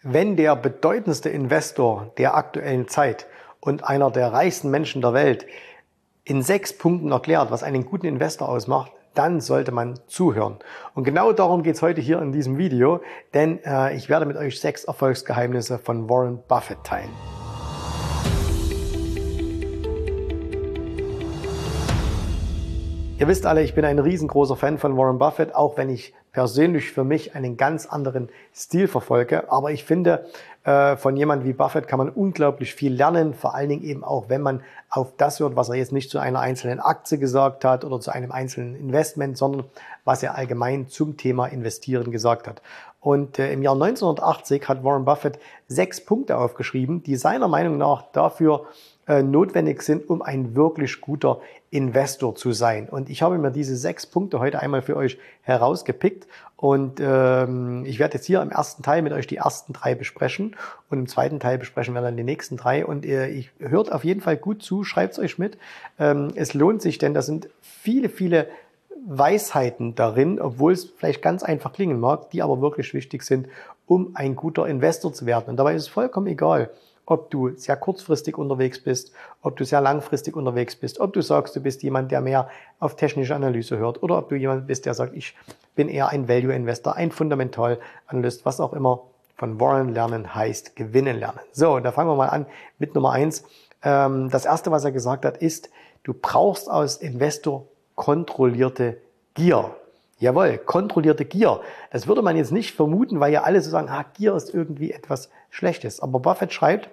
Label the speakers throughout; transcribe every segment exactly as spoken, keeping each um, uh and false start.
Speaker 1: Wenn der bedeutendste Investor der aktuellen Zeit und einer der reichsten Menschen der Welt in sechs Punkten erklärt, was einen guten Investor ausmacht, dann sollte man zuhören. Und genau darum geht es heute hier in diesem Video, denn äh, ich werde mit euch sechs Erfolgsgeheimnisse von Warren Buffett teilen. Ihr wisst alle, ich bin ein riesengroßer Fan von Warren Buffett, auch wenn ich persönlich für mich einen ganz anderen Stil verfolge. Aber ich finde, äh, von jemandem wie Buffett kann man unglaublich viel lernen, vor allen Dingen eben auch, wenn man auf das hört, was er jetzt nicht zu einer einzelnen Aktie gesagt hat oder zu einem einzelnen Investment, sondern was er allgemein zum Thema Investieren gesagt hat. Und äh, im Jahr neunzehnhundertachtzig hat Warren Buffett sechs Punkte aufgeschrieben, die seiner Meinung nach dafür äh, notwendig sind, um ein wirklich guter Investor zu sein. Und ich habe mir diese sechs Punkte heute einmal für euch herausgepickt und ähm, ich werde jetzt hier im ersten Teil mit euch die ersten drei besprechen und im zweiten Teil besprechen wir dann die nächsten drei und äh, ich hört auf jeden Fall gut zu, schreibt es euch mit. Ähm, es lohnt sich, denn da sind viele, viele Weisheiten darin, obwohl es vielleicht ganz einfach klingen mag, die aber wirklich wichtig sind, um ein guter Investor zu werden. Und dabei ist es vollkommen egal, ob du sehr kurzfristig unterwegs bist, ob du sehr langfristig unterwegs bist, ob du sagst, du bist jemand, der mehr auf technische Analyse hört oder ob du jemand bist, der sagt, ich bin eher ein Value-Investor, ein Fundamental-Analyst, was auch immer. Von Warren lernen heißt gewinnen lernen. So, da fangen wir mal an mit Nummer eins. Das erste, was er gesagt hat, ist, du brauchst als Investor kontrollierte Gier. Jawohl, kontrollierte Gier. Das würde man jetzt nicht vermuten, weil ja alle so sagen, ah, Gier ist irgendwie etwas Schlechtes. Aber Buffett schreibt,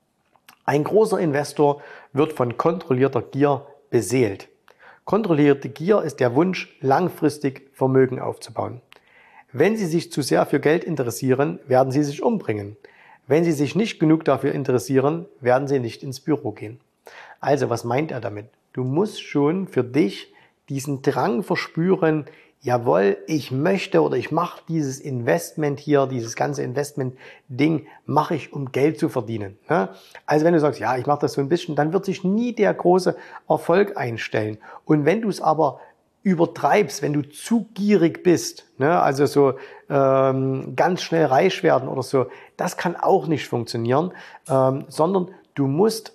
Speaker 1: ein großer Investor wird von kontrollierter Gier beseelt. Kontrollierte Gier ist der Wunsch, langfristig Vermögen aufzubauen. Wenn Sie sich zu sehr für Geld interessieren, werden Sie sich umbringen. Wenn Sie sich nicht genug dafür interessieren, werden Sie nicht ins Büro gehen. Also, was meint er damit? Du musst schon für dich diesen Drang verspüren, jawohl, ich möchte oder ich mache dieses Investment hier, dieses ganze Investment-Ding mache ich, um Geld zu verdienen. Also wenn du sagst, ja, ich mache das so ein bisschen, dann wird sich nie der große Erfolg einstellen. Und wenn du es aber übertreibst, wenn du zu gierig bist, also so ähm, ganz schnell reich werden oder so, das kann auch nicht funktionieren, ähm, sondern du musst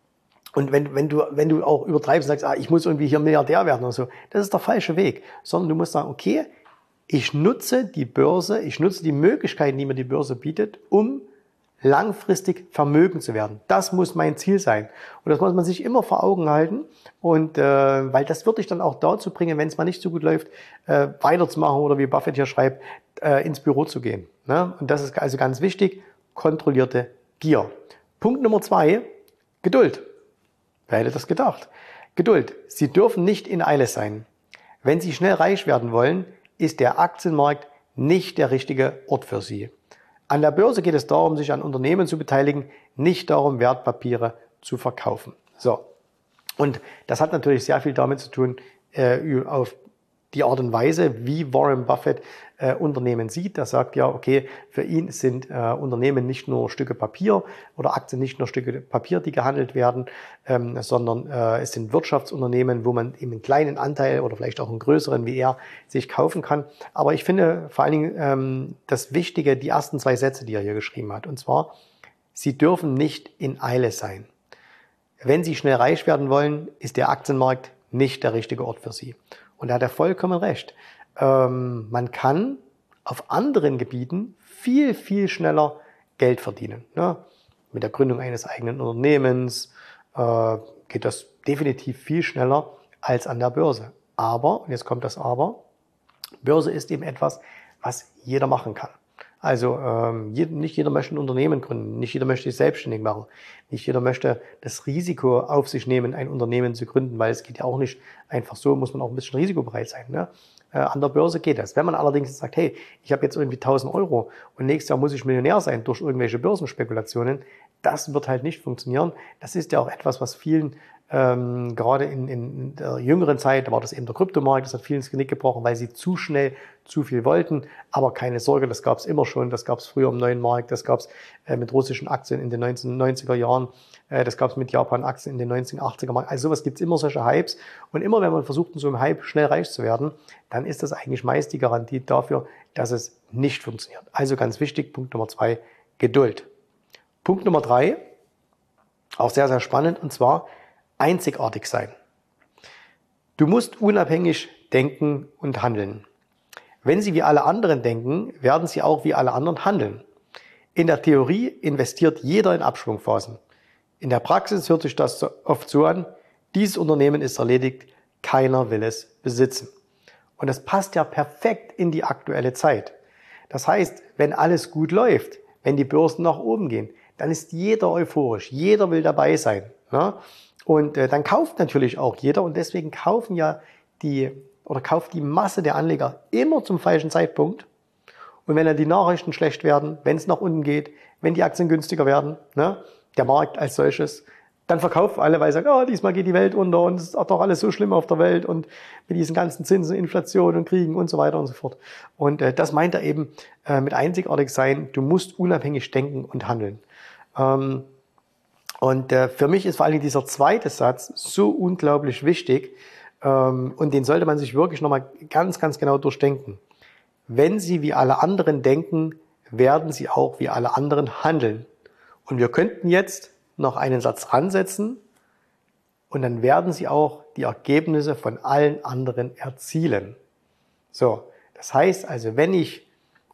Speaker 1: Und wenn, wenn du, wenn du auch übertreibst und sagst, ah, ich muss irgendwie hier Milliardär werden oder so, das ist der falsche Weg. Sondern du musst sagen, okay, ich nutze die Börse, ich nutze die Möglichkeiten, die mir die Börse bietet, um langfristig vermögend zu werden. Das muss mein Ziel sein. Und das muss man sich immer vor Augen halten. Und äh, weil das wird dich dann auch dazu bringen, wenn es mal nicht so gut läuft, äh, weiterzumachen oder wie Buffett hier schreibt, äh, ins Büro zu gehen. Ne? Und das ist also ganz wichtig, kontrollierte Gier. Punkt Nummer zwei, Geduld. Wer hätte das gedacht? Geduld. Sie dürfen nicht in Eile sein. Wenn Sie schnell reich werden wollen, ist der Aktienmarkt nicht der richtige Ort für Sie. An der Börse geht es darum, sich an Unternehmen zu beteiligen, nicht darum, Wertpapiere zu verkaufen. So. Und das hat natürlich sehr viel damit zu tun, äh, auf die Art und Weise, wie Warren Buffett äh, Unternehmen sieht. Er sagt ja, okay, für ihn sind äh, Unternehmen nicht nur Stücke Papier oder Aktien nicht nur Stücke Papier, die gehandelt werden, ähm, sondern äh, es sind Wirtschaftsunternehmen, wo man eben einen kleinen Anteil oder vielleicht auch einen größeren wie er sich kaufen kann. Aber ich finde vor allen Dingen ähm, das Wichtige, die ersten zwei Sätze, die er hier geschrieben hat. Und zwar, Sie dürfen nicht in Eile sein. Wenn Sie schnell reich werden wollen, ist der Aktienmarkt nicht der richtige Ort für Sie. Und da hat er vollkommen recht. Ähm, man kann auf anderen Gebieten viel, viel schneller Geld verdienen. Ne? Mit der Gründung eines eigenen Unternehmens äh, geht das definitiv viel schneller als an der Börse. Aber, und jetzt kommt das Aber, Börse ist eben etwas, was jeder machen kann. Also ähm, nicht jeder möchte ein Unternehmen gründen, nicht jeder möchte sich selbstständig machen, nicht jeder möchte das Risiko auf sich nehmen, ein Unternehmen zu gründen, weil es geht ja auch nicht einfach so, muss man auch ein bisschen risikobereit sein. Ne? Äh, an der Börse geht das. Wenn man allerdings sagt, hey, ich habe jetzt irgendwie tausend Euro und nächstes Jahr muss ich Millionär sein durch irgendwelche Börsenspekulationen, das wird halt nicht funktionieren. Das ist ja auch etwas, was vielen Ähm, gerade in, in der jüngeren Zeit, da war das eben der Kryptomarkt, das hat vielen ins Genick gebrochen, weil sie zu schnell zu viel wollten. Aber keine Sorge, das gab es immer schon, das gab es früher im neuen Markt, das gab es äh, mit russischen Aktien in den neunzehnhundertneunziger Jahren, äh, das gab es mit Japan-Aktien in den neunzehnhundertachtziger Jahren. Also sowas gibt es immer, solche Hypes. Und immer wenn man versucht, in so einem Hype schnell reich zu werden, dann ist das eigentlich meist die Garantie dafür, dass es nicht funktioniert. Also ganz wichtig, Punkt Nummer zwei, Geduld. Punkt Nummer drei, auch sehr, sehr spannend, und zwar einzigartig sein. Du musst unabhängig denken und handeln. Wenn Sie wie alle anderen denken, werden Sie auch wie alle anderen handeln. In der Theorie investiert jeder in Abschwungphasen. In der Praxis hört sich das oft so an: dieses Unternehmen ist erledigt, keiner will es besitzen. Und das passt ja perfekt in die aktuelle Zeit. Das heißt, wenn alles gut läuft, wenn die Börsen nach oben gehen, dann ist jeder euphorisch, jeder will dabei sein. Ne? Und äh, dann kauft natürlich auch jeder, und deswegen kaufen ja die oder kauft die Masse der Anleger immer zum falschen Zeitpunkt. Und wenn dann die Nachrichten schlecht werden, wenn es nach unten geht, wenn die Aktien günstiger werden, ne, der Markt als solches, dann verkaufen alle, weil sie sagen, oh, diesmal geht die Welt unter und es ist doch alles so schlimm auf der Welt und mit diesen ganzen Zinsen, Inflation und Kriegen und so weiter und so fort. Und äh, das meint er eben äh, mit einzigartig sein: Du musst unabhängig denken und handeln. Ähm, und äh, für mich ist vor allem dieser zweite Satz so unglaublich wichtig, ähm, und den sollte man sich wirklich nochmal ganz, ganz genau durchdenken. Wenn Sie wie alle anderen denken, werden Sie auch wie alle anderen handeln. Und wir könnten jetzt noch einen Satz ransetzen, und dann werden Sie auch die Ergebnisse von allen anderen erzielen. So, das heißt also, wenn ich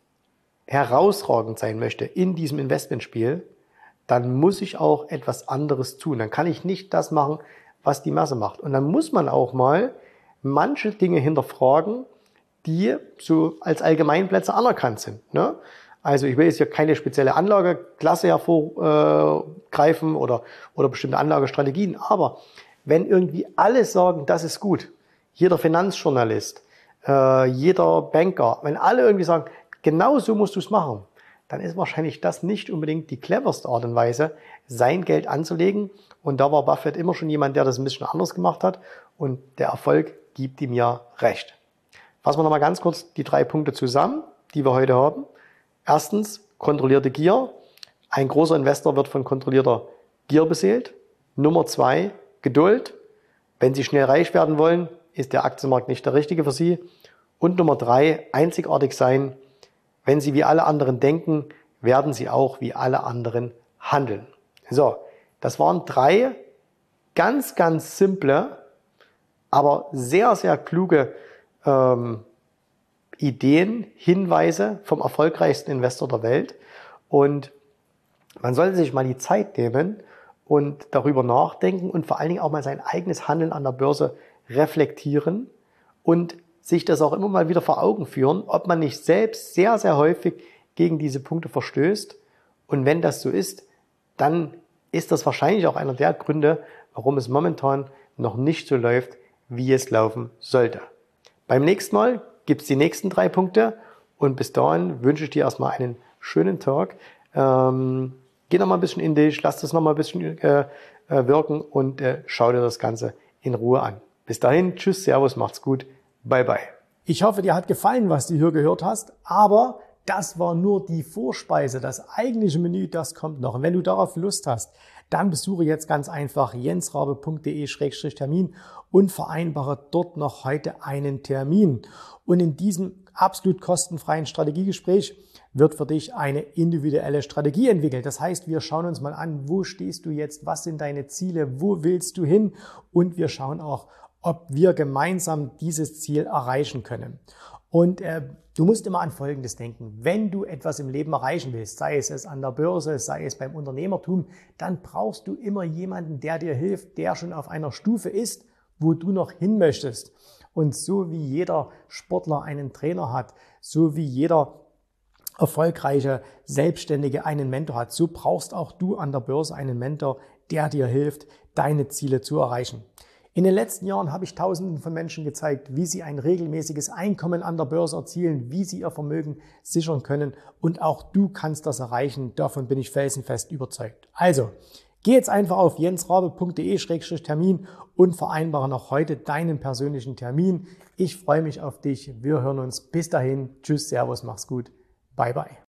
Speaker 1: herausragend sein möchte in diesem Investmentspiel, dann muss ich auch etwas anderes tun. Dann kann ich nicht das machen, was die Masse macht. Und dann muss man auch mal manche Dinge hinterfragen, die so als Allgemeinplätze anerkannt sind. Ne? Also ich will jetzt hier keine spezielle Anlageklasse hervorgreifen äh, oder, oder bestimmte Anlagestrategien, aber wenn irgendwie alle sagen, das ist gut, jeder Finanzjournalist, äh, jeder Banker, wenn alle irgendwie sagen, genau so musst du es machen, dann ist wahrscheinlich das nicht unbedingt die cleverste Art und Weise, sein Geld anzulegen. Und da war Buffett immer schon jemand, der das ein bisschen anders gemacht hat, und der Erfolg gibt ihm ja recht. Fassen wir nochmal ganz kurz die drei Punkte zusammen, die wir heute haben. Erstens, kontrollierte Gier. Ein großer Investor wird von kontrollierter Gier beseelt. Nummer zwei, Geduld. Wenn Sie schnell reich werden wollen, ist der Aktienmarkt nicht der richtige für Sie. Und Nummer drei, einzigartig sein. Wenn Sie wie alle anderen denken, werden Sie auch wie alle anderen handeln. So, das waren drei ganz, ganz simple, aber sehr, sehr kluge ähm, Ideen, Hinweise vom erfolgreichsten Investor der Welt. Und man sollte sich mal die Zeit nehmen und darüber nachdenken und vor allen Dingen auch mal sein eigenes Handeln an der Börse reflektieren und sich das auch immer mal wieder vor Augen führen, ob man nicht selbst sehr, sehr häufig gegen diese Punkte verstößt. Und wenn das so ist, dann ist das wahrscheinlich auch einer der Gründe, warum es momentan noch nicht so läuft, wie es laufen sollte. Beim nächsten Mal gibt es die nächsten drei Punkte, und bis dahin wünsche ich dir erstmal einen schönen Tag. Ähm, geh noch mal ein bisschen in dich, lass das noch mal ein bisschen äh, wirken und äh, schau dir das Ganze in Ruhe an. Bis dahin, tschüss, servus, macht's gut, bye bye.
Speaker 2: Ich hoffe, dir hat gefallen, was du hier gehört hast, aber das war nur die Vorspeise. Das eigentliche Menü, das kommt noch. Und wenn du darauf Lust hast, dann besuche jetzt ganz einfach jensrabe punkt de Schrägstrich Termin und vereinbare dort noch heute einen Termin. Und in diesem absolut kostenfreien Strategiegespräch wird für dich eine individuelle Strategie entwickelt. Das heißt, wir schauen uns mal an, wo stehst du jetzt, was sind deine Ziele, wo willst du hin, und wir schauen auch, ob wir gemeinsam dieses Ziel erreichen können. Und äh, du musst immer an Folgendes denken: Wenn du etwas im Leben erreichen willst, sei es an der Börse, sei es beim Unternehmertum, dann brauchst du immer jemanden, der dir hilft, der schon auf einer Stufe ist, wo du noch hin möchtest. Und so wie jeder Sportler einen Trainer hat, so wie jeder erfolgreiche Selbstständige einen Mentor hat, so brauchst auch du an der Börse einen Mentor, der dir hilft, deine Ziele zu erreichen. In den letzten Jahren habe ich Tausenden von Menschen gezeigt, wie sie ein regelmäßiges Einkommen an der Börse erzielen, wie sie ihr Vermögen sichern können, und auch du kannst das erreichen. Davon bin ich felsenfest überzeugt. Also, geh jetzt einfach auf jensrabe punkt de Schrägstrich Termin und vereinbare noch heute deinen persönlichen Termin. Ich freue mich auf dich. Wir hören uns. Bis dahin. Tschüss, servus, mach's gut. Bye, bye.